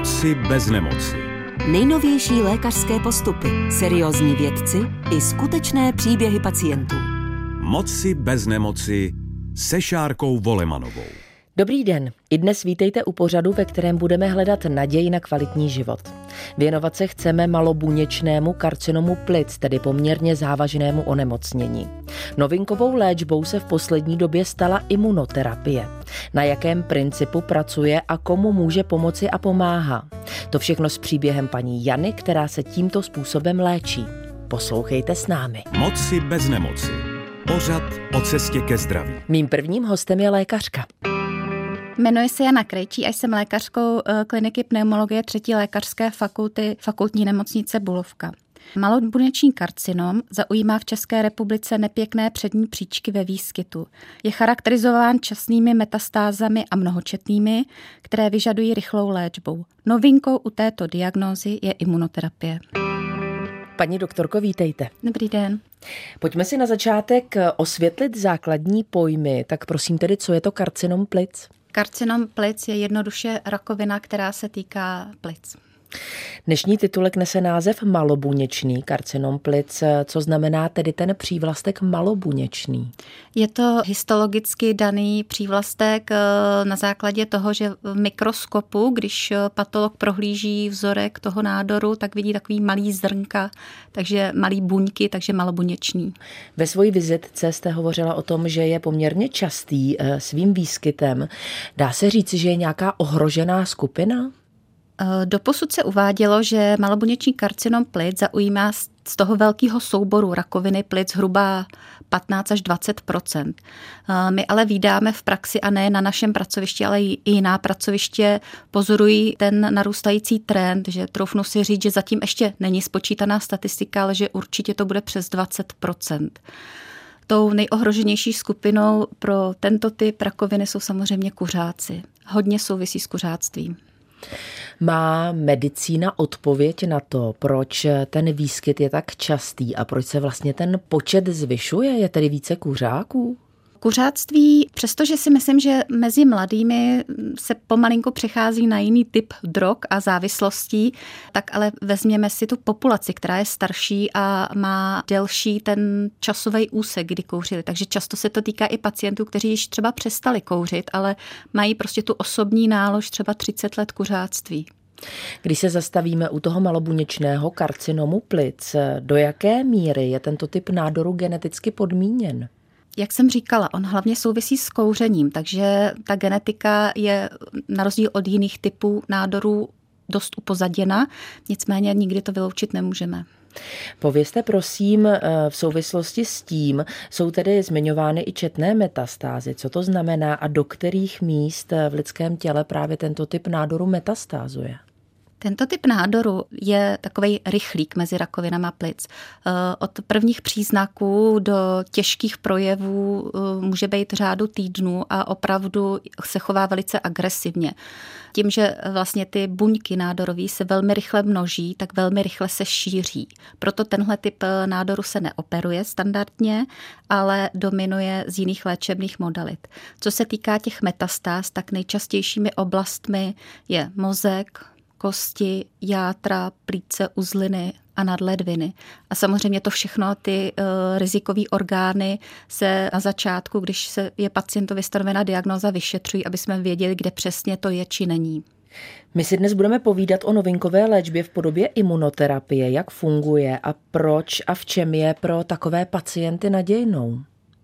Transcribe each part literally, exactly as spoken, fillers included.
Moci bez nemoci. Nejnovější lékařské postupy, seriózní vědci i skutečné příběhy pacientů. Moci bez nemoci se Šárkou Volemanovou. Dobrý den, i dnes vítejte u pořadu, ve kterém budeme hledat naději na kvalitní život. Věnovat se chceme malobuněčnému karcinomu plic, tedy poměrně závažnému onemocnění. Novinkovou léčbou se v poslední době stala imunoterapie. Na jakém principu pracuje a komu může pomoci a pomáhá? To všechno s příběhem paní Jany, která se tímto způsobem léčí. Poslouchejte s námi. Moci bez nemoci. Pořad o cestě ke zdraví. Mým prvním hostem je lékařka. Jmenuji se Jana Krejčí a jsem lékařkou kliniky pneumologie třetí lékařské fakulty Fakultní nemocnice Bulovka. Malobuněčný karcinom zaujímá v České republice nepěkné přední příčky ve výskytu. Je charakterizován časnými metastázami a mnohočetnými, které vyžadují rychlou léčbu. Novinkou u této diagnózy je imunoterapie. Paní doktorko, vítejte. Dobrý den. Pojďme si na začátek osvětlit základní pojmy. Tak prosím tedy, co je to karcinom plic? Karcinom plic je jednoduše rakovina, která se týká plic. Dnešní titulek nese název malobuněčný karcinom plic. Co znamená tedy ten přívlastek malobuněčný? Je to histologicky daný přívlastek na základě toho, že v mikroskopu, když patolog prohlíží vzorek toho nádoru, tak vidí takový malý zrnka, takže malý buňky, takže malobuněčný. Ve své vizitce jste hovořila o tom, že je poměrně častý svým výskytem. Dá se říct, že je nějaká ohrožená skupina? Doposud se uvádělo, že malobuněčný karcinom plic zaujímá z toho velkého souboru rakoviny plic zhruba patnáct až dvacet procent. My ale vídáme v praxi, a ne na našem pracovišti, ale i jiná pracoviště pozorují ten narůstající trend, že troufnu si říct, že zatím ještě není spočítaná statistika, ale že určitě to bude přes dvacet procent. Tou nejohroženější skupinou pro tento typ rakoviny jsou samozřejmě kuřáci. Hodně souvisí s kuřáctvím. Má medicína odpověď na to, proč ten výskyt je tak častý a proč se vlastně ten počet zvyšuje? Je tedy více kuřáků? Kuřáctví, přestože si myslím, že mezi mladými se pomalinku přechází na jiný typ drog a závislostí, tak ale vezměme si tu populaci, která je starší a má delší ten časový úsek, kdy kouřili. Takže často se to týká i pacientů, kteří již třeba přestali kouřit, ale mají prostě tu osobní nálož třeba třicet let kuřáctví. Když se zastavíme u toho malobuněčného karcinomu plic, do jaké míry je tento typ nádoru geneticky podmíněn? Jak jsem říkala, on hlavně souvisí s kouřením, takže ta genetika je na rozdíl od jiných typů nádorů dost upozaděna, nicméně nikdy to vyloučit nemůžeme. Povězte prosím, v souvislosti s tím jsou tedy zmiňovány i četné metastázy. Co to znamená a do kterých míst v lidském těle právě tento typ nádoru metastázuje? Tento typ nádoru je takovej rychlík mezi rakovinama plic. Od prvních příznaků do těžkých projevů může být řádu týdnů a opravdu se chová velice agresivně. Tím, že vlastně ty buňky nádorový se velmi rychle množí, tak velmi rychle se šíří. Proto tenhle typ nádoru se neoperuje standardně, ale dominuje z jiných léčebných modalit. Co se týká těch metastáz, tak nejčastějšími oblastmi je mozek, kosti, játra, plíce, uzliny a nadledviny. A samozřejmě to všechno, ty uh, rizikové orgány se na začátku, když se je pacientovi stanovena diagnóza, vyšetřují, aby jsme věděli, kde přesně to je či není. My si dnes budeme povídat o novinkové léčbě v podobě imunoterapie, jak funguje a proč a v čem je pro takové pacienty nadějnou.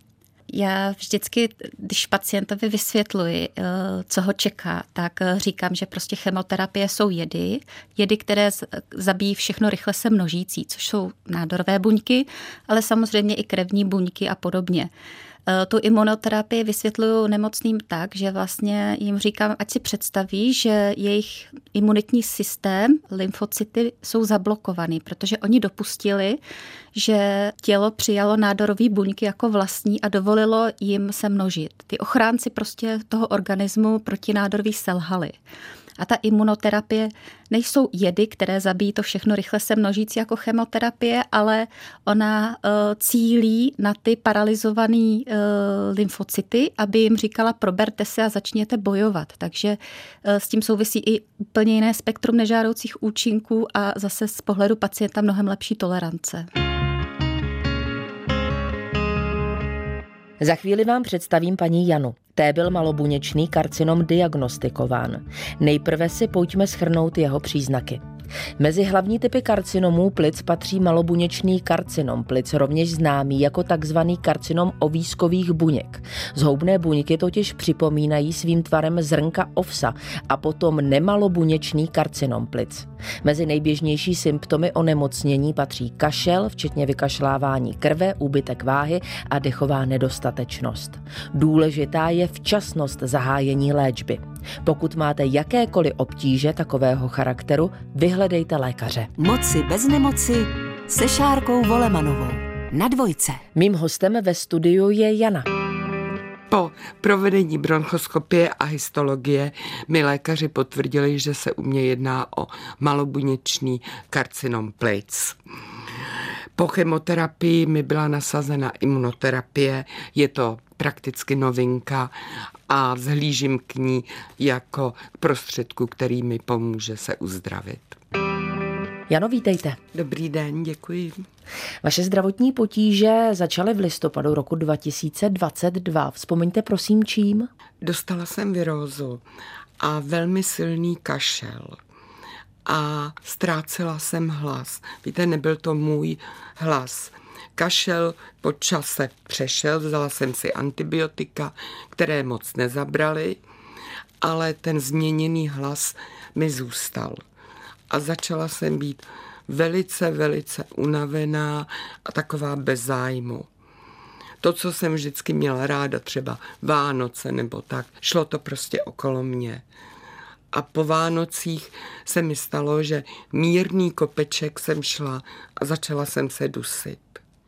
Já vždycky, když pacientovi vysvětluji, co ho čeká, tak říkám, že prostě chemoterapie jsou jedy, jedy, které zabíjí všechno rychle se množící, což jsou nádorové buňky, ale samozřejmě i krevní buňky a podobně. Tu imunoterapii vysvětluju nemocným tak, že vlastně jim říkám, ať si představí, že jejich imunitní systém, lymfocyty jsou zablokovaný, protože oni dopustili, že tělo přijalo nádorové buňky jako vlastní a dovolilo jim se množit. Ty ochránci prostě toho organismu protinádorový selhali. A ta imunoterapie nejsou jedy, které zabijí to všechno rychle se množící jako chemoterapie, ale ona uh, cílí na ty paralizované uh, lymfocyty, aby jim říkala proberte se a začněte bojovat. Takže uh, s tím souvisí i úplně jiné spektrum nežádoucích účinků a zase z pohledu pacienta mnohem lepší tolerance. Za chvíli vám představím paní Janu. Té byl malobuněčný karcinom diagnostikován. Nejprve si pojďme shrnout jeho příznaky. Mezi hlavní typy karcinomů plic patří malobuněčný karcinom plic, rovněž známý jako takzvaný karcinom ovískových buněk. Zhoubné buňky totiž připomínají svým tvarem zrnka ovsa a potom nemalobuněčný karcinom plic. Mezi nejběžnější symptomy onemocnění patří kašel, včetně vykašlávání krve, úbytek váhy a dechová nedostatečnost. Důležitá je včasnost zahájení léčby. Pokud máte jakékoliv obtíže takového charakteru, vyhledejte lékaře. Moci bez nemoci se Šárkou Volemanovou. Na Dvojce. Mým hostem ve studiu je Jana. Po provedení bronchoskopie a histologie mi lékaři potvrdili, že se u mě jedná o malobuněčný karcinom plic. Po chemoterapii mi byla nasazena imunoterapie, je to prakticky novinka a vzhlížím k ní jako prostředku, který mi pomůže se uzdravit. Jano, vítejte. Dobrý den, děkuji. Vaše zdravotní potíže začaly v listopadu roku dva tisíce dvacet dva. Vzpomeňte prosím čím? Dostala jsem virózu a velmi silný kašel. A ztrácela jsem hlas. Víte, nebyl to můj hlas. Kašel po čase přešel, vzala jsem si antibiotika, které moc nezabraly, ale ten změněný hlas mi zůstal. A začala jsem být velice, velice unavená a taková bez zájmu. To, co jsem vždycky měla ráda, třeba Vánoce nebo tak, šlo to prostě okolo mě. A po Vánocích se mi stalo, že mírný kopeček jsem šla a začala jsem se dusit.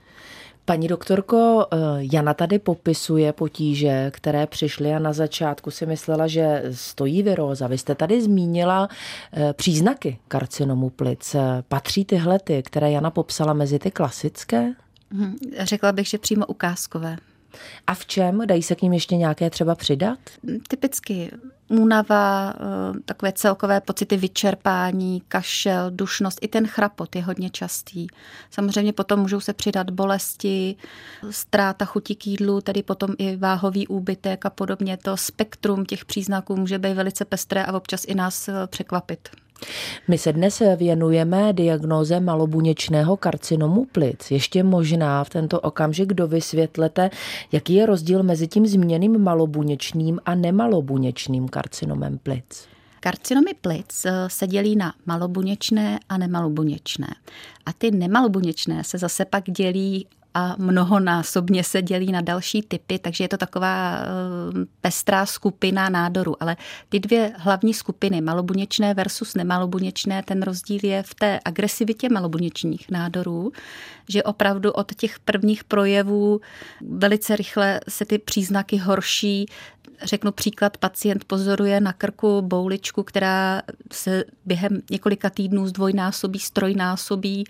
Paní doktorko, Jana tady popisuje potíže, které přišly a na začátku si myslela, že stojí viróza. Vy jste tady zmínila příznaky karcinomu plic. Patří tyhle ty, které Jana popsala, mezi ty klasické? Hmm, řekla bych, že přímo ukázkové. A v čem? Dají se k ním ještě nějaké třeba přidat? Typicky únava, takové celkové pocity vyčerpání, kašel, dušnost, i ten chrapot je hodně častý. Samozřejmě potom můžou se přidat bolesti, ztráta chuti k jídlu, tedy potom i váhový úbytek a podobně. To spektrum těch příznaků může být velice pestré a občas i nás překvapit. My se dnes věnujeme diagnóze malobuněčného karcinomu plic. Ještě možná v tento okamžik dovysvětlete, jaký je rozdíl mezi tím zmíněným malobuněčným a nemalobuněčným karcinomem plic. Karcinomy plic se dělí na malobuněčné a nemalobuněčné. A ty nemalobuněčné se zase pak dělí a mnohonásobně se dělí na další typy, takže je to taková pestrá skupina nádorů. Ale ty dvě hlavní skupiny, malobuněčné versus nemalobuněčné, ten rozdíl je v té agresivitě malobuněčných nádorů, že opravdu od těch prvních projevů velice rychle se ty příznaky horší. Řeknu příklad, pacient pozoruje na krku bouličku, která se během několika týdnů zdvojnásobí, strojnásobí.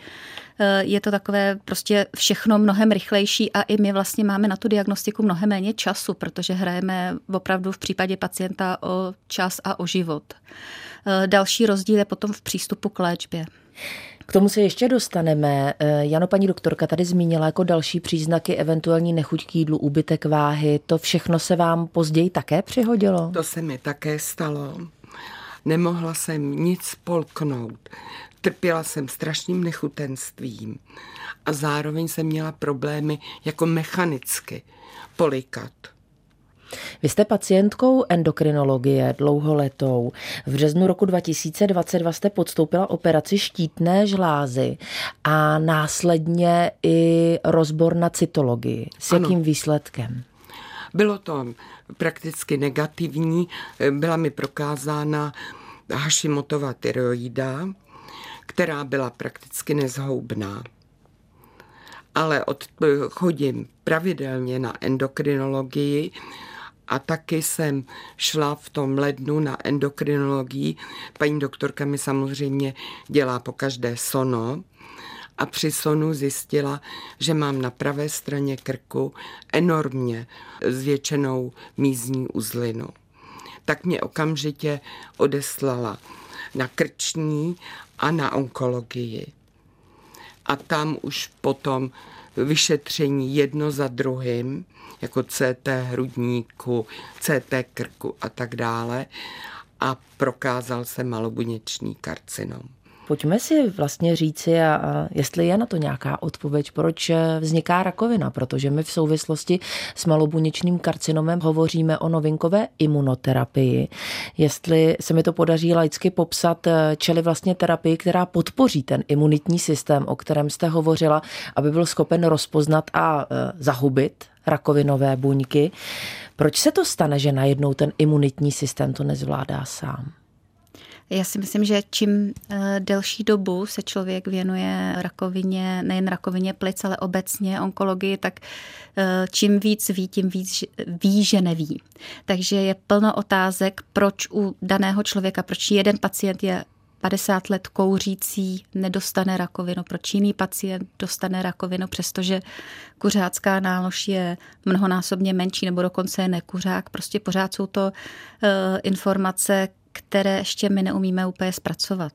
Je to takové prostě všechno mnohem rychlejší a i my vlastně máme na tu diagnostiku mnohem méně času, protože hrajeme opravdu v případě pacienta o čas a o život. Další rozdíl je potom v přístupu k léčbě. K tomu se ještě dostaneme. Jano, paní doktorka tady zmínila jako další příznaky eventuální nechuť k jídlu, úbytek váhy. To všechno se vám později také přihodilo? To se mi také stalo. Nemohla jsem nic polknout. Trpěla jsem strašným nechutenstvím a zároveň jsem měla problémy jako mechanicky polikat. Vy jste pacientkou endokrinologie dlouholetou. V březnu roku dva tisíce dvacet dva jste podstoupila operaci štítné žlázy a následně i rozbor na cytologii. S jakým ano. výsledkem? Bylo to prakticky negativní. Byla mi prokázána Hashimotova tyroida, která byla prakticky nezhoubná. Ale od, chodím pravidelně na endokrinologii A taky jsem šla v tom lednu na endokrinologii. Paní doktorka mi samozřejmě dělá po každé sono a při sonu zjistila, že mám na pravé straně krku enormně zvětšenou mízní uzlinu. Tak mě okamžitě odeslala na krční a na onkologii. A tam už potom vyšetření jedno za druhým, jako C T hrudníku, C T krku a tak dále. A prokázal se malobuněčný karcinom. Pojďme si vlastně říci, a, a jestli je na to nějaká odpověď, proč vzniká rakovina, protože my v souvislosti s malobuněčným karcinomem hovoříme o novinkové imunoterapii. Jestli se mi to podaří laicky popsat, čili vlastně terapii, která podpoří ten imunitní systém, o kterém jste hovořila, aby byl schopen rozpoznat a zahubit rakovinové buňky. Proč se to stane, že najednou ten imunitní systém to nezvládá sám? Já si myslím, že čím delší dobu se člověk věnuje rakovině, nejen rakovině plic, ale obecně onkologii, tak čím víc ví, tím víc ví, že neví. Takže je plno otázek, proč u daného člověka, proč jeden pacient je padesát let kouřící, nedostane rakovinu, proč jiný pacient dostane rakovinu, přestože kuřácká nálož je mnohonásobně menší nebo dokonce je nekuřák. Prostě pořád jsou to uh, informace, které ještě my neumíme úplně zpracovat.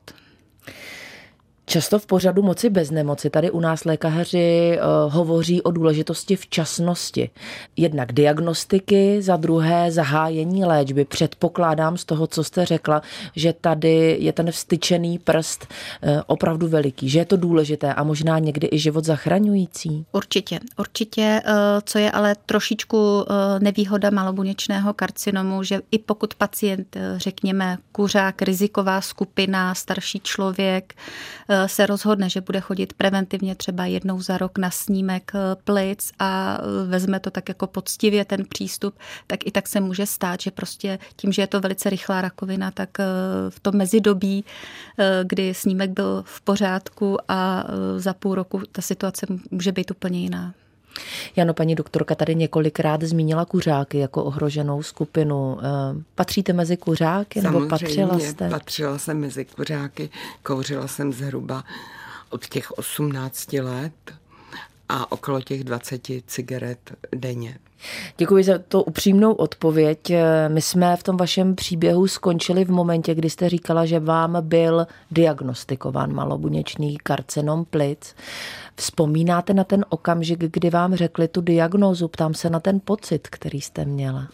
Často v pořadu Moci bez nemoci tady u nás lékaři uh, hovoří o důležitosti včasnosti. Jednak diagnostiky, za druhé zahájení léčby. Předpokládám z toho, co jste řekla, že tady je ten vstyčený prst uh, opravdu veliký, že je to důležité a možná někdy i život zachraňující. Určitě, určitě, uh, co je ale trošičku uh, nevýhoda malobuněčného karcinomu, že i pokud pacient, uh, řekněme, kuřák, riziková skupina, starší člověk, uh, se rozhodne, že bude chodit preventivně třeba jednou za rok na snímek plic a vezme to tak jako poctivě ten přístup, tak i tak se může stát, že prostě tím, že je to velice rychlá rakovina, tak v tom mezidobí, kdy snímek byl v pořádku a za půl roku ta situace může být úplně jiná. Jano, paní doktorka tady několikrát zmínila kuřáky jako ohroženou skupinu. Patříte mezi kuřáky? Samozřejmě, nebo patřila jste? patřila jsem mezi kuřáky. Kouřila jsem zhruba od těch osmnácti let a okolo těch dvaceti cigaret denně. Děkuji za to upřímnou odpověď. My jsme v tom vašem příběhu skončili v momentě, kdy jste říkala, že vám byl diagnostikován malobuněčný karcinom plic. Vzpomínáte na ten okamžik, kdy vám řekli tu diagnózu? Ptám se na ten pocit, který jste měla.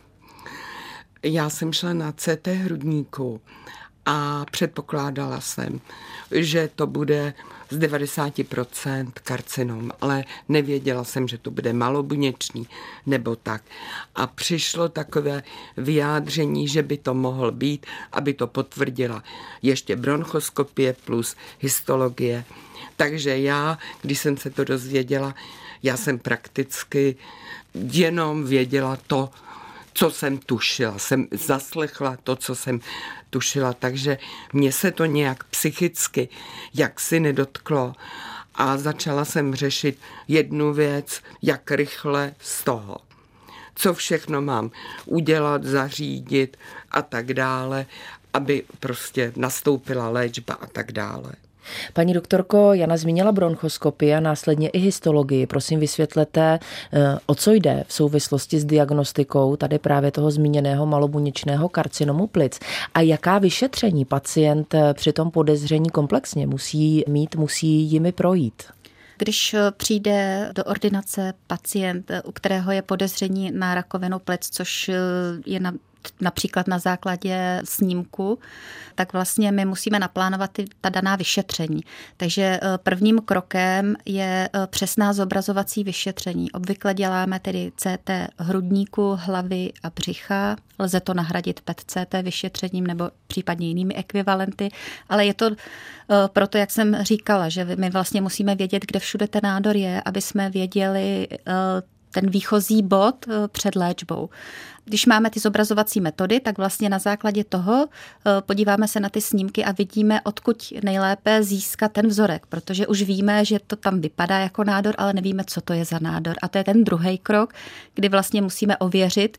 Já jsem šla na C T hrudníku a předpokládala jsem, že to bude z devadesát procent karcinom, ale nevěděla jsem, že to bude malobuněčný nebo tak. A přišlo takové vyjádření, že by to mohl být, aby to potvrdila ještě bronchoskopie plus histologie. Takže já, když jsem se to dozvěděla, já jsem prakticky jenom věděla to, co jsem tušila. Jsem zaslechla to, co jsem tušila, takže mě se to nějak psychicky jaksi nedotklo a začala jsem řešit jednu věc, jak rychle z toho. Co všechno mám udělat, zařídit a tak dále, aby prostě nastoupila léčba a tak dále. Paní doktorko, Jana zmínila bronchoskopii a následně i histologii. Prosím, vysvětlete, o co jde v souvislosti s diagnostikou tady právě toho zmíněného malobuněčného karcinomu plic a jaká vyšetření pacient při tom podezření komplexně musí mít, musí jimi projít. Když přijde do ordinace pacient, u kterého je podezření na rakovinu plic, což je na například na základě snímku, tak vlastně my musíme naplánovat ty, ta daná vyšetření. Takže prvním krokem je přesná zobrazovací vyšetření. Obvykle děláme tedy C T hrudníku, hlavy a břicha. Lze to nahradit P E T C T vyšetřením nebo případně jinými ekvivalenty, ale je to proto, jak jsem říkala, že my vlastně musíme vědět, kde všude ten nádor je, aby jsme věděli ten výchozí bod před léčbou. Když máme ty zobrazovací metody, tak vlastně na základě toho podíváme se na ty snímky a vidíme, odkud nejlépe získat ten vzorek, protože už víme, že to tam vypadá jako nádor, ale nevíme, co to je za nádor. A to je ten druhý krok, kdy vlastně musíme ověřit,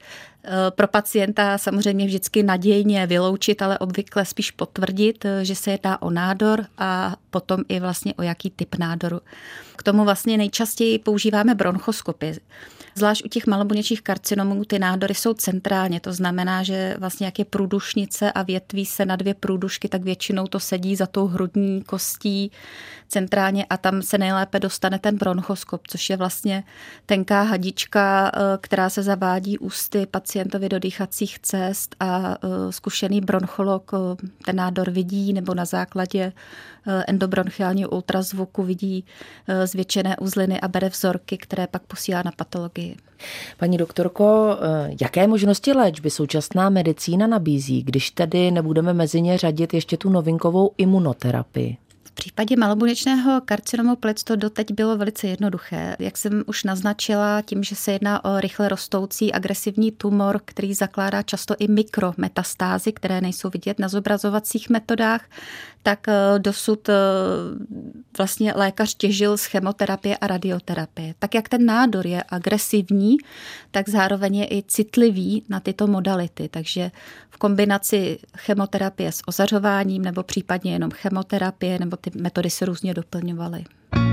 Pro pacienta samozřejmě vždycky nadějně vyloučit, ale obvykle spíš potvrdit, že se jedná o nádor a potom i vlastně o jaký typ nádoru. K tomu vlastně nejčastěji používáme bronchoskopy. Zvlášť u těch malobuněčných karcinomů ty nádory jsou centrálně, to znamená, že vlastně jak je průdušnice a větví se na dvě průdušky, tak většinou to sedí za tou hrudní kostí centrálně a tam se nejlépe dostane ten bronchoskop, což je vlastně tenká hadička, která se zavádí ústy pacientovi do dýchacích cest a zkušený broncholog ten nádor vidí nebo na základě endobronchiálního ultrazvuku vidí zvětšené uzliny a bere vzorky, které pak posílá na patologii. Paní doktorko, jaké možnosti léčby současná medicína nabízí, když tedy nebudeme mezi ně řadit ještě tu novinkovou imunoterapii? V případě malobuněčného karcinomu plic to doteď bylo velice jednoduché. Jak jsem už naznačila, tím, že se jedná o rychle rostoucí agresivní tumor, který zakládá často i mikrometastázy, které nejsou vidět na zobrazovacích metodách, tak dosud vlastně lékař těžil z chemoterapie a radioterapie. Tak jak ten nádor je agresivní, tak zároveň je i citlivý na tyto modality. Takže v kombinaci chemoterapie s ozařováním nebo případně jenom chemoterapie nebo ty metody se různě doplňovaly.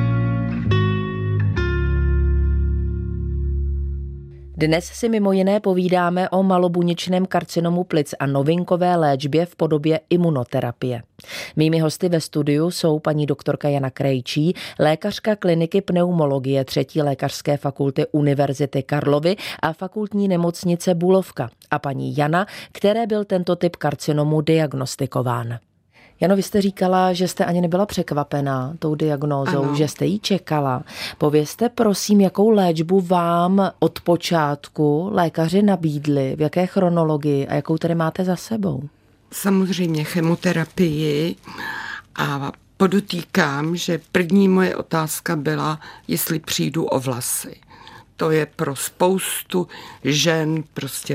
Dnes si mimo jiné povídáme o malobuněčném karcinomu plic a novinkové léčbě v podobě imunoterapie. Mými hosty ve studiu jsou paní doktorka Jana Krejčí, lékařka kliniky pneumologie třetí lékařské fakulty Univerzity Karlovy a fakultní nemocnice Bulovka a paní Jana, které byl tento typ karcinomu diagnostikován. Jano, vy jste říkala, že jste ani nebyla překvapená tou diagnózou, ano. Že jste ji čekala. Povězte prosím, jakou léčbu vám od počátku lékaři nabídli, v jaké chronologii a jakou tedy máte za sebou? Samozřejmě chemoterapii a podotýkám, že první moje otázka byla, jestli přijdu o vlasy. To je pro spoustu žen prostě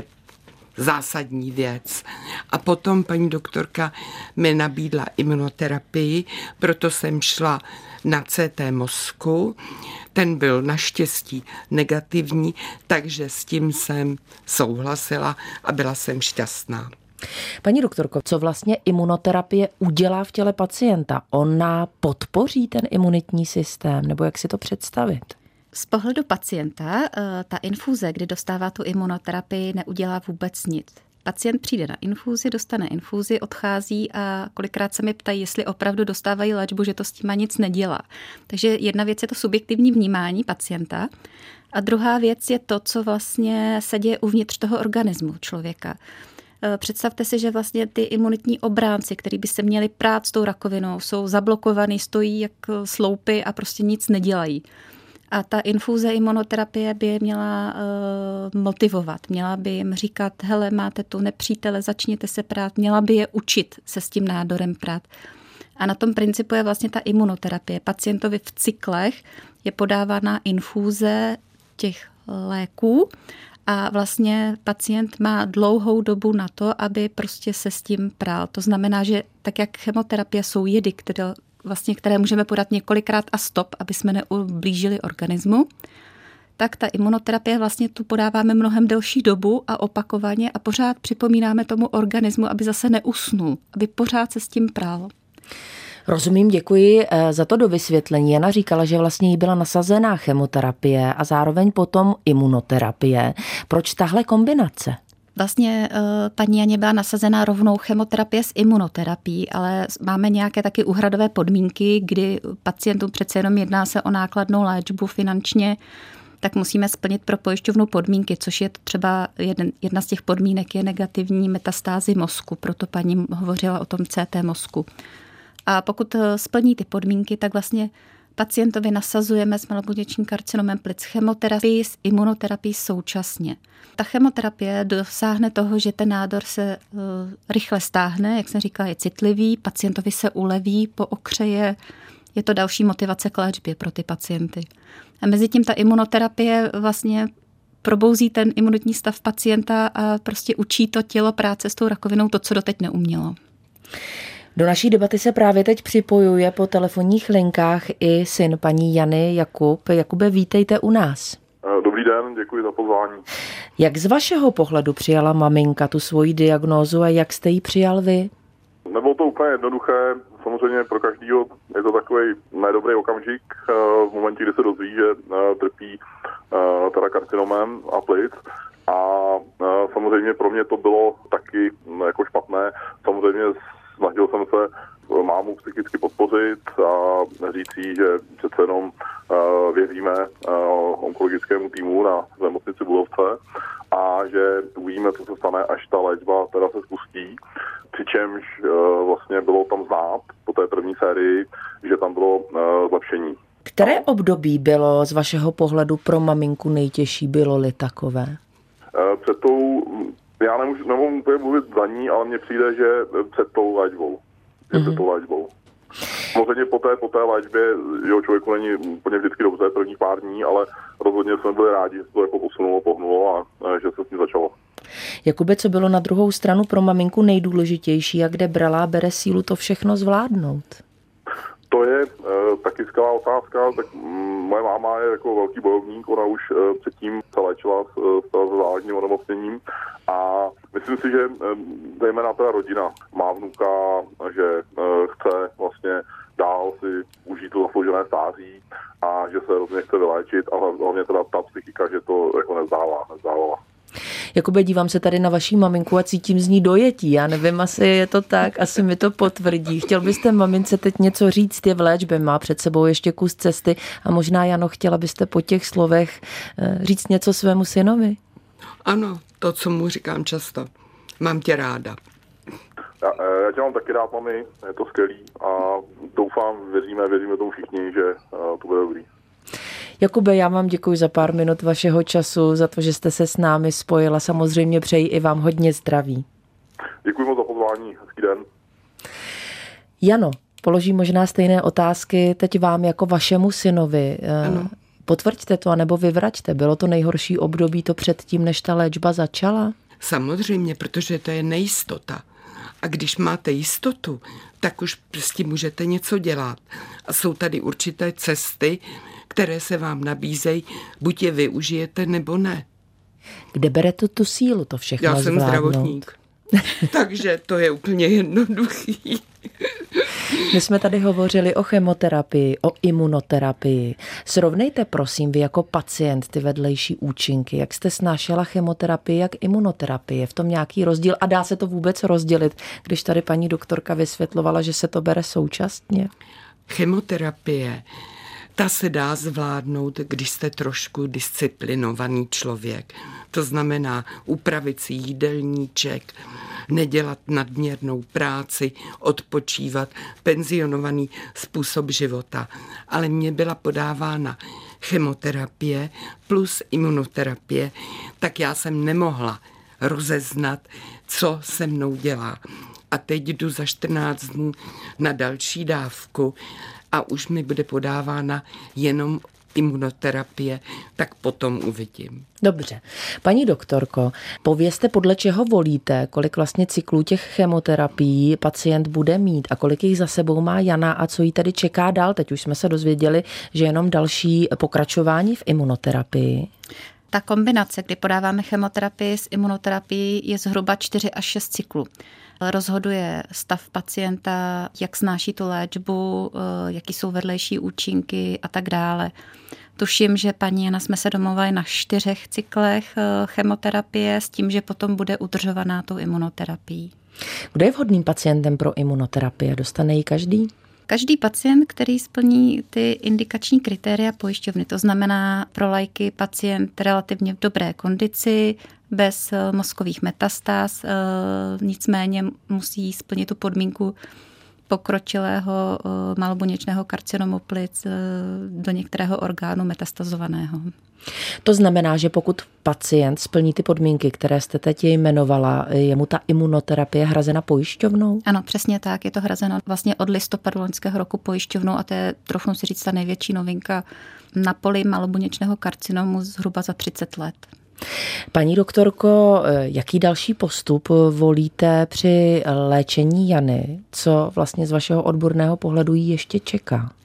zásadní věc. A potom paní doktorka mi nabídla imunoterapii, proto jsem šla na C T mozku. Ten byl naštěstí negativní, takže s tím jsem souhlasila a byla jsem šťastná. Paní doktorko, co vlastně imunoterapie udělá v těle pacienta? Ona podpoří ten imunitní systém, nebo jak si to představit? Z pohledu pacienta ta infuze, kdy dostává tu imunoterapii, neudělá vůbec nic. Pacient přijde na infuzi, dostane infuzi, odchází a kolikrát se mi ptají, jestli opravdu dostávají léčbu, že to s tím nic nedělá. Takže jedna věc je to subjektivní vnímání pacienta a druhá věc je to, co vlastně se děje uvnitř toho organismu člověka. Představte si, že vlastně ty imunitní obránci, který by se měli prát s tou rakovinou, jsou zablokovaný, stojí jak sloupy a prostě nic nedělají. A ta infuze imunoterapie by je měla uh, motivovat, měla by jim říkat, hele, máte tu nepřítele, začněte se prát, měla by je učit se s tím nádorem prát. A na tom principu je vlastně ta imunoterapie. Pacientovi v cyklech je podávána infuze těch léků a vlastně pacient má dlouhou dobu na to, aby prostě se s tím prál. To znamená, že tak jak chemoterapie jsou jedy, které vlastně, které můžeme podat několikrát a stop, aby jsme neublížili organismu, tak ta imunoterapie vlastně tu podáváme mnohem delší dobu a opakovaně a pořád připomínáme tomu organismu, aby zase neusnul, aby pořád se s tím prál. Rozumím, děkuji za to dovysvětlení. Jana říkala, že vlastně jí byla nasazená chemoterapie a zároveň potom imunoterapie. Proč tahle kombinace? Vlastně paní Janě byla nasazená rovnou chemoterapie s imunoterapií, ale máme nějaké taky úhradové podmínky, kdy pacientům přece jenom jedná se o nákladnou léčbu finančně, tak musíme splnit pro pojišťovnu podmínky, což je třeba jeden, jedna z těch podmínek je negativní metastázy mozku, proto paní hovořila o tom C T mozku. A pokud splní ty podmínky, tak vlastně pacientovi nasazujeme s malobuněčným karcinomem plic chemoterapii s imunoterapií současně. Ta chemoterapie dosáhne toho, že ten nádor se uh, rychle stáhne, jak jsem říkala, je citlivý, pacientovi se uleví, pookřeje, je to další motivace k léčbě pro ty pacienty. A mezi tím ta imunoterapie vlastně probouzí ten imunitní stav pacienta a prostě učí to tělo práce s tou rakovinou to, co doteď neumělo. Do naší debaty se právě teď připojuje po telefonních linkách i syn paní Jany, Jakub. Jakube, vítejte u nás. Dobrý den, děkuji za pozvání. Jak z vašeho pohledu přijala maminka tu svoji diagnózu a jak jste ji přijal vy? Nebylo to úplně jednoduché, samozřejmě pro každýho je to takový nedobrý okamžik v momentě, kdy se dozví, že trpí teda karcinomem a plic. A samozřejmě pro mě to bylo taky jako špatné. Samozřejmě snažil jsem se mámu psychicky podpořit a říct jí, že přece jenom věříme onkologickému týmu na nemocnici Bulovce a že uvidíme, co se stane, až ta léčba teda se spustí. Přičemž vlastně bylo tam znát po té první sérii, že tam bylo zlepšení. Které období bylo z vašeho pohledu pro maminku nejtěžší, bylo-li takové? Před tou, já nemůžu, nemohu úplně mluvit za ní, ale mně přijde, že před tou léčbou. Je mm-hmm. před tou léčbou. Samozřejmě po té, po té léčbě, jeho člověku není úplně vždycky dobře prvních pár dní, ale rozhodně jsme byli rádi, že se to jako posunulo, pohnulo a že se s tím začalo. Jakube, co bylo na druhou stranu pro maminku nejdůležitější a kde brala a bere sílu to všechno zvládnout? To je e, taky skvělá otázka, tak m, moje máma je jako velký bojovník, ona už e, předtím se léčila s, s závažným onemocněním a myslím si, že e, zejména ta rodina má vnuka, že e, chce vlastně dál si užít to zasloužené stáří a že se rozhodně chce vyléčit, ale hlavně teda ta psychika, že to jako nezdává, nezdávala. Jakube, dívám se tady na vaší maminku a cítím z ní dojetí. Já nevím, asi je to tak, asi mi to potvrdí. Chtěl byste mamince teď něco říct, je v léčbě, má před sebou ještě kus cesty a možná, Jano, chtěla byste po těch slovech říct něco svému synovi? Ano, to, co mu říkám často. Mám tě ráda. Já, já tě mám taky rád, mami, je to skvělý a doufám, věříme, věříme tomu všichni, že to bude dobrý. Jakube, já vám děkuji za pár minut vašeho času, za to, že jste se s námi spojila. Samozřejmě přeji i vám hodně zdraví. Děkuji moc za pozvání. Hezký den. Jano, položím možná stejné otázky teď vám jako vašemu synovi. Ano. Potvrďte to, anebo vyvraťte. Bylo to nejhorší období to předtím, než ta léčba začala? Samozřejmě, protože to je nejistota. A když máte jistotu, tak už prostě můžete něco dělat. A jsou tady určité cesty, které se vám nabízejí, buď je využijete, nebo ne. Kde berete tu sílu to všechno Já jsem zvládnout? zdravotník, takže to je úplně jednoduchý. My jsme tady hovořili o chemoterapii, o imunoterapii. Srovnejte prosím vy jako pacient ty vedlejší účinky. Jak jste snášela chemoterapii, jak imunoterapii? Je v tom nějaký rozdíl a dá se to vůbec rozdělit, když tady paní doktorka vysvětlovala, že se to bere současně? Chemoterapie, ta se dá zvládnout, když jste trošku disciplinovaný člověk. To znamená upravit si jídelníček, nedělat nadměrnou práci, odpočívat, penzionovaný způsob života. Ale mně byla podávána chemoterapie plus imunoterapie, tak já jsem nemohla rozeznat, co se mnou dělá. A teď jdu za čtrnáct dnů na další dávku a už mi bude podávána jenom imunoterapie, tak potom uvidím. Dobře. Paní doktorko, povězte, podle čeho volíte, kolik vlastně cyklů těch chemoterapií pacient bude mít a kolik jich za sebou má Jana a co jí tedy čeká dál. Teď už jsme se dozvěděli, že jenom další pokračování v imunoterapii. Ta kombinace, kdy podáváme chemoterapii s imunoterapií, je zhruba čtyři až šest cyklů. Rozhoduje stav pacienta, jak snáší tu léčbu, jaký jsou vedlejší účinky a tak dále. Tuším, že paní Jana jsme se domluvili na čtyřech cyklech chemoterapie s tím, že potom bude udržovaná tou imunoterapií. Kdo je vhodným pacientem pro imunoterapii? Dostane ji každý? Každý pacient, který splní ty indikační kritéria pojišťovny, to znamená pro laiky pacient relativně v dobré kondici, bez mozkových metastáz, nicméně musí splnit tu podmínku pokročilého malobuněčného karcinomu plic do některého orgánu metastazovaného. To znamená, že pokud pacient splní ty podmínky, které jste teď jmenovala, je mu ta imunoterapie hrazena pojišťovnou? Ano, přesně tak. Je to hrazeno vlastně od listopadu loňského roku pojišťovnou a to je, troufnu si říct, ta největší novinka na poli malobuněčného karcinomu zhruba za třicet let. Paní doktorko, jaký další postup volíte při léčení Jany? Co vlastně z vašeho odborného pohledu jí ještě čeká?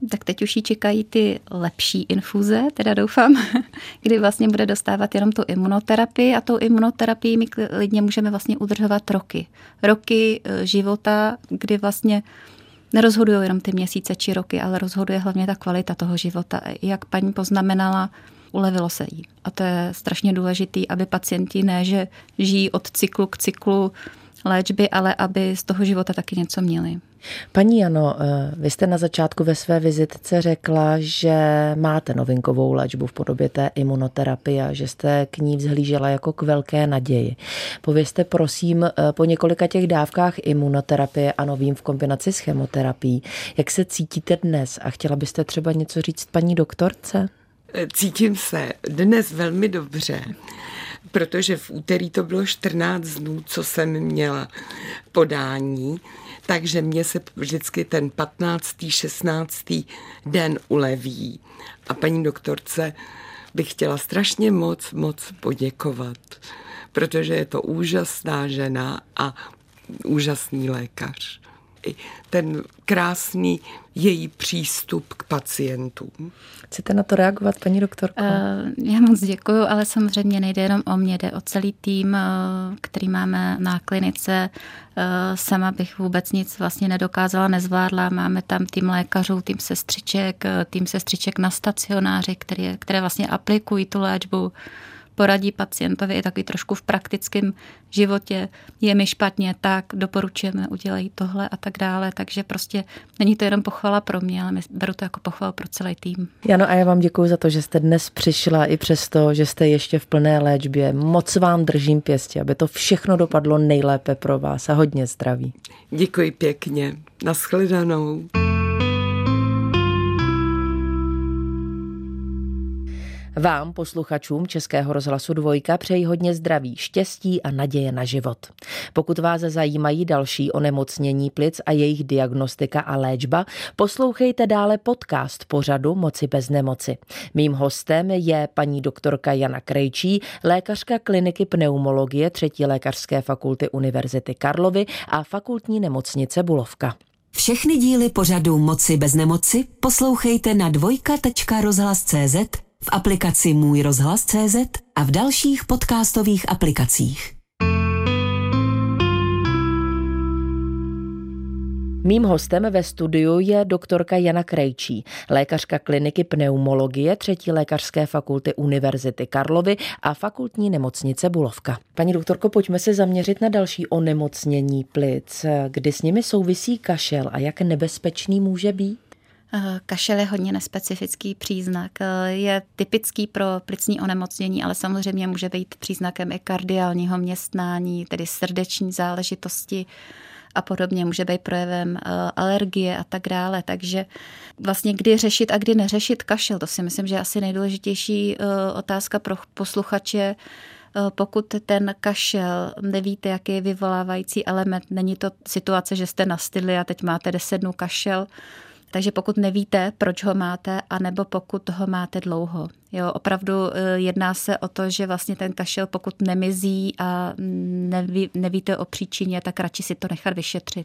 Tak teď už jí čekají ty lepší infuze, teda doufám, kdy vlastně bude dostávat jenom tu imunoterapii a tou imunoterapii my klidně můžeme vlastně udržovat roky. Roky života, kdy vlastně nerozhodují jenom ty měsíce či roky, ale rozhoduje hlavně ta kvalita toho života. Jak paní poznamenala, ulevilo se jí. A to je strašně důležitý, aby pacienti ne, že žijí od cyklu k cyklu léčby, ale aby z toho života taky něco měli. Paní Jano, vy jste na začátku ve své vizitce řekla, že máte novinkovou léčbu v podobě té imunoterapie a že jste k ní vzhlížela jako k velké naději. Povězte prosím, po několika těch dávkách imunoterapie a novým v kombinaci s chemoterapií, jak se cítíte dnes a chtěla byste třeba něco říct paní doktorce? Cítím se dnes velmi dobře, protože v úterý to bylo čtrnáct dnů, co jsem měla podání, takže mě se vždycky ten patnáctý, šestnáctý den uleví. A paní doktorce bych chtěla strašně moc, moc poděkovat, protože je to úžasná žena a úžasný lékař. I ten krásný její přístup k pacientům. Chcete na to reagovat, paní doktorko? Já moc děkuju, ale samozřejmě nejde jenom o mě, jde o celý tým, který máme na klinice. Sama bych vůbec nic vlastně nedokázala, nezvládla. Máme tam tým lékařů, tým sestřiček, tým sestřiček na stacionáři, které, které vlastně aplikují tu léčbu, poradí pacientovi i taky trošku v praktickém životě. Je mi špatně, tak doporučujeme, udělají tohle a tak dále. Takže prostě není to jenom pochvala pro mě, ale beru to jako pochvalu pro celý tým. Jano, a já vám děkuji za to, že jste dnes přišla i přesto, že jste ještě v plné léčbě. Moc vám držím pěstí, aby to všechno dopadlo nejlépe pro vás a hodně zdraví. Děkuji pěkně. Nashledanou. Vám, posluchačům Českého rozhlasu Dvojka, přeji hodně zdraví, štěstí a naděje na život. Pokud vás zajímají další onemocnění plic a jejich diagnostika a léčba, poslouchejte dále podcast pořadu Moci bez nemoci. Mým hostem je paní doktorka Jana Krejčí, lékařka kliniky pneumologie třetí lékařské fakulty Univerzity Karlovy a fakultní nemocnice Bulovka. Všechny díly pořadu Moci bez nemoci poslouchejte na dvojka tečka rozhlas tečka cé zet, v aplikaci Můj rozhlas tečka cé zet a v dalších podcastových aplikacích. Mým hostem ve studiu je doktorka Jana Krejčí, lékařka kliniky pneumologie třetí lékařské fakulty Univerzity Karlovy a fakultní nemocnice Bulovka. Paní doktorko, pojďme se zaměřit na další onemocnění plic. Kdy s nimi souvisí kašel a jak nebezpečný může být? Kašel je hodně nespecifický příznak. Je typický pro plicní onemocnění, ale samozřejmě může být příznakem i kardiálního městnání, tedy srdeční záležitosti a podobně. Může být projevem alergie a tak dále. Takže vlastně kdy řešit a kdy neřešit kašel, to si myslím, že je asi nejdůležitější otázka pro posluchače. Pokud ten kašel nevíte, jaký je vyvolávající element, není to situace, že jste nastydli a teď máte deset dnů kašel. Takže pokud nevíte, proč ho máte, anebo pokud ho máte dlouho. Jo, opravdu jedná se o to, že vlastně ten kašel, pokud nemizí a neví, nevíte o příčině, tak radši si to nechat vyšetřit.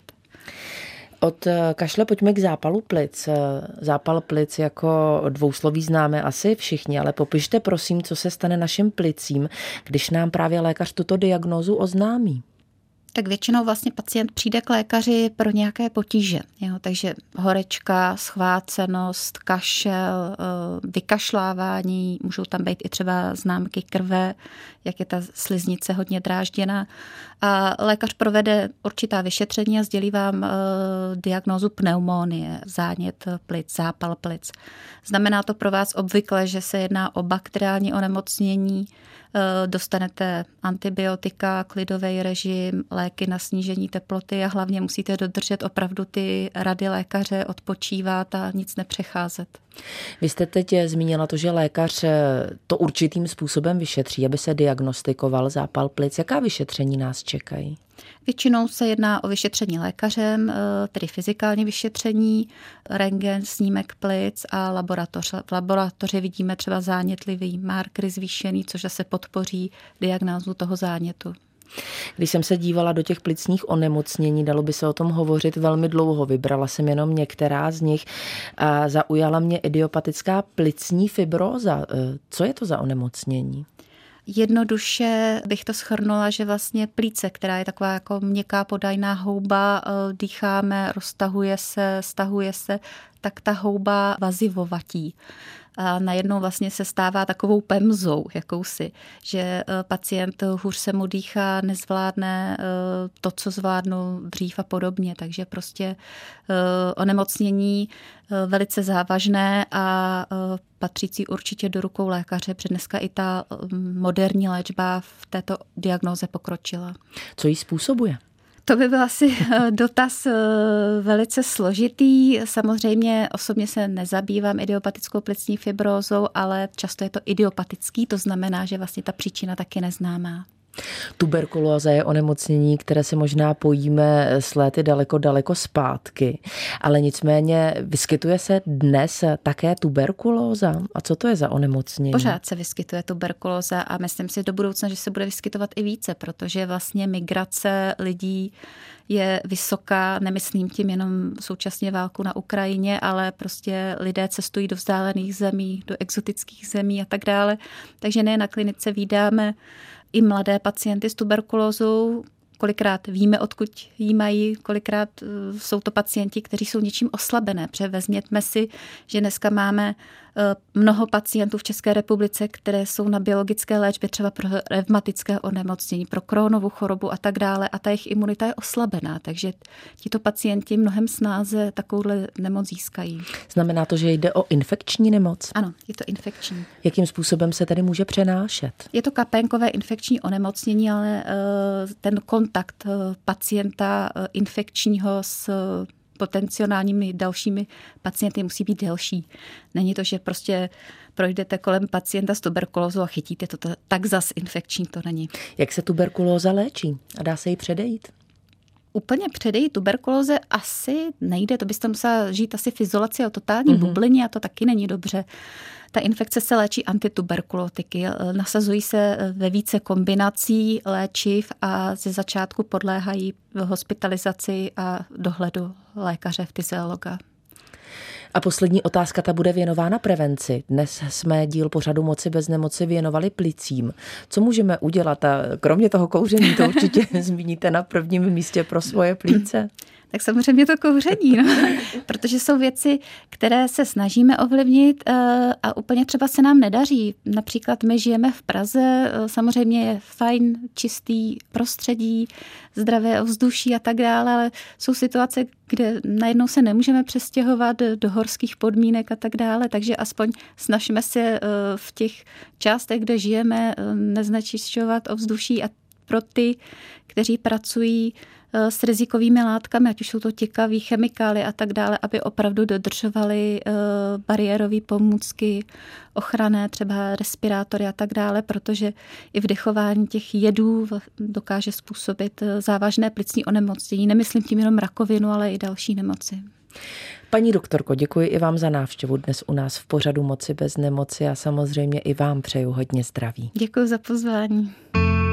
Od kašle pojďme k zápalu plic. Zápal plic jako dvousloví známe asi všichni, ale popište prosím, co se stane našim plicím, když nám právě lékař tuto diagnózu oznámí. Tak většinou vlastně pacient přijde k lékaři pro nějaké potíže. Jo? Takže horečka, schvácenost, kašel, vykašlávání, můžou tam být i třeba známky krve, jak je ta sliznice hodně drážděná. A lékař provede určitá vyšetření a sdělí vám diagnózu pneumonie, zánět plic, zápal plic. Znamená to pro vás obvykle, že se jedná o bakteriální onemocnění, dostanete antibiotika, klidový režim, léky na snížení teploty a hlavně musíte dodržet opravdu ty rady lékaře, odpočívat a nic nepřecházet. Vy jste teď zmínila to, že lékař to určitým způsobem vyšetří, aby se diagnostikoval zápal plic. Jaká vyšetření nás čekají? Většinou se jedná o vyšetření lékařem, tedy fyzikální vyšetření, rentgen, snímek plic a laboratoř. V laboratoři vidíme třeba zánětlivý marker zvýšený, což zase podpoří diagnózu toho zánětu. Když jsem se dívala do těch plicních onemocnění, dalo by se o tom hovořit velmi dlouho. Vybrala jsem jenom některá z nich a zaujala mě idiopatická plicní fibróza. Co je to za onemocnění? Jednoduše bych to shrnula, že vlastně plíce, která je taková jako měkká podajná houba, dýcháme, roztahuje se, stahuje se, tak ta houba vazivovatí. A najednou vlastně se stává takovou pemzou jakousi, že pacient hůř se mu dýchá, nezvládne to, co zvládnul dřív a podobně. Takže prostě onemocnění velice závažné a patřící určitě do rukou lékaře, protože dneska i ta moderní léčba v této diagnóze pokročila. Co jí způsobuje? To by byl asi dotaz velice složitý. Samozřejmě osobně se nezabývám idiopatickou plicní fibrózou, ale často je to idiopatický, to znamená, že vlastně ta příčina taky neznámá. Tuberkulóza je onemocnění, které se možná pojíme s léty daleko, daleko zpátky, ale nicméně vyskytuje se dnes také tuberkulóza. A co to je za onemocnění? Pořád se vyskytuje tuberkulóza a myslím si do budoucna, že se bude vyskytovat i více, protože vlastně migrace lidí je vysoká, nemyslím tím jenom současně válku na Ukrajině, ale prostě lidé cestují do vzdálených zemí, do exotických zemí a tak dále. Takže ne na klinice vídáme i mladé pacienty s tuberkulózou, kolikrát víme, odkud jí mají, kolikrát jsou to pacienti, kteří jsou něčím oslabené. Protože vezměme si, že dneska máme mnoho pacientů v České republice, které jsou na biologické léčbě třeba pro revmatické onemocnění, pro Crohnovu chorobu a tak dále a ta jejich imunita je oslabená, takže tito pacienti mnohem snáze takovouhle nemoc získají. Znamená to, že jde o infekční nemoc? Ano, je to infekční. Jakým způsobem se tedy může přenášet? Je to kapénkové infekční onemocnění, ale ten kontakt pacienta infekčního s potenciálními dalšími pacienty musí být delší. Není to, že prostě projdete kolem pacienta s tuberkulózou a chytíte to, tak zas infekční to není. Jak se tuberkulóza léčí a dá se jí předejít? Úplně předejít tuberkulóze asi nejde, to byste musela žít asi v izolaci a totální mm-hmm. bublině a to taky není dobře. Ta infekce se léčí antituberkulotiky, nasazují se ve více kombinací léčiv a ze začátku podléhají hospitalizaci a dohledu lékaře, fyziologa. A poslední otázka, ta bude věnována prevenci. Dnes jsme díl pořadu Moci bez nemoci věnovali plicím. Co můžeme udělat? A kromě toho kouření, to určitě zmíníte na prvním místě pro svoje plíce. Tak samozřejmě to kouření, no. Protože jsou věci, které se snažíme ovlivnit a úplně třeba se nám nedaří. Například my žijeme v Praze, samozřejmě je fajn, čistý prostředí, zdravé ovzduší a tak dále, ale jsou situace, kde najednou se nemůžeme přestěhovat do horských podmínek a tak dále, takže aspoň snažíme se v těch částech, kde žijeme, neznečišťovat ovzduší a pro ty, kteří pracují s rizikovými látkami, ať už jsou to těkavé chemikály a tak dále, aby opravdu dodržovali bariérové pomůcky, ochranné, třeba respirátory a tak dále, protože i vdechování těch jedů dokáže způsobit závažné plicní onemocnění. Nemyslím tím jenom rakovinu, ale i další nemoci. Paní doktorko, děkuji i vám za návštěvu dnes u nás v pořadu Moci bez nemoci a samozřejmě i vám přeju hodně zdraví. Děkuji za pozvání.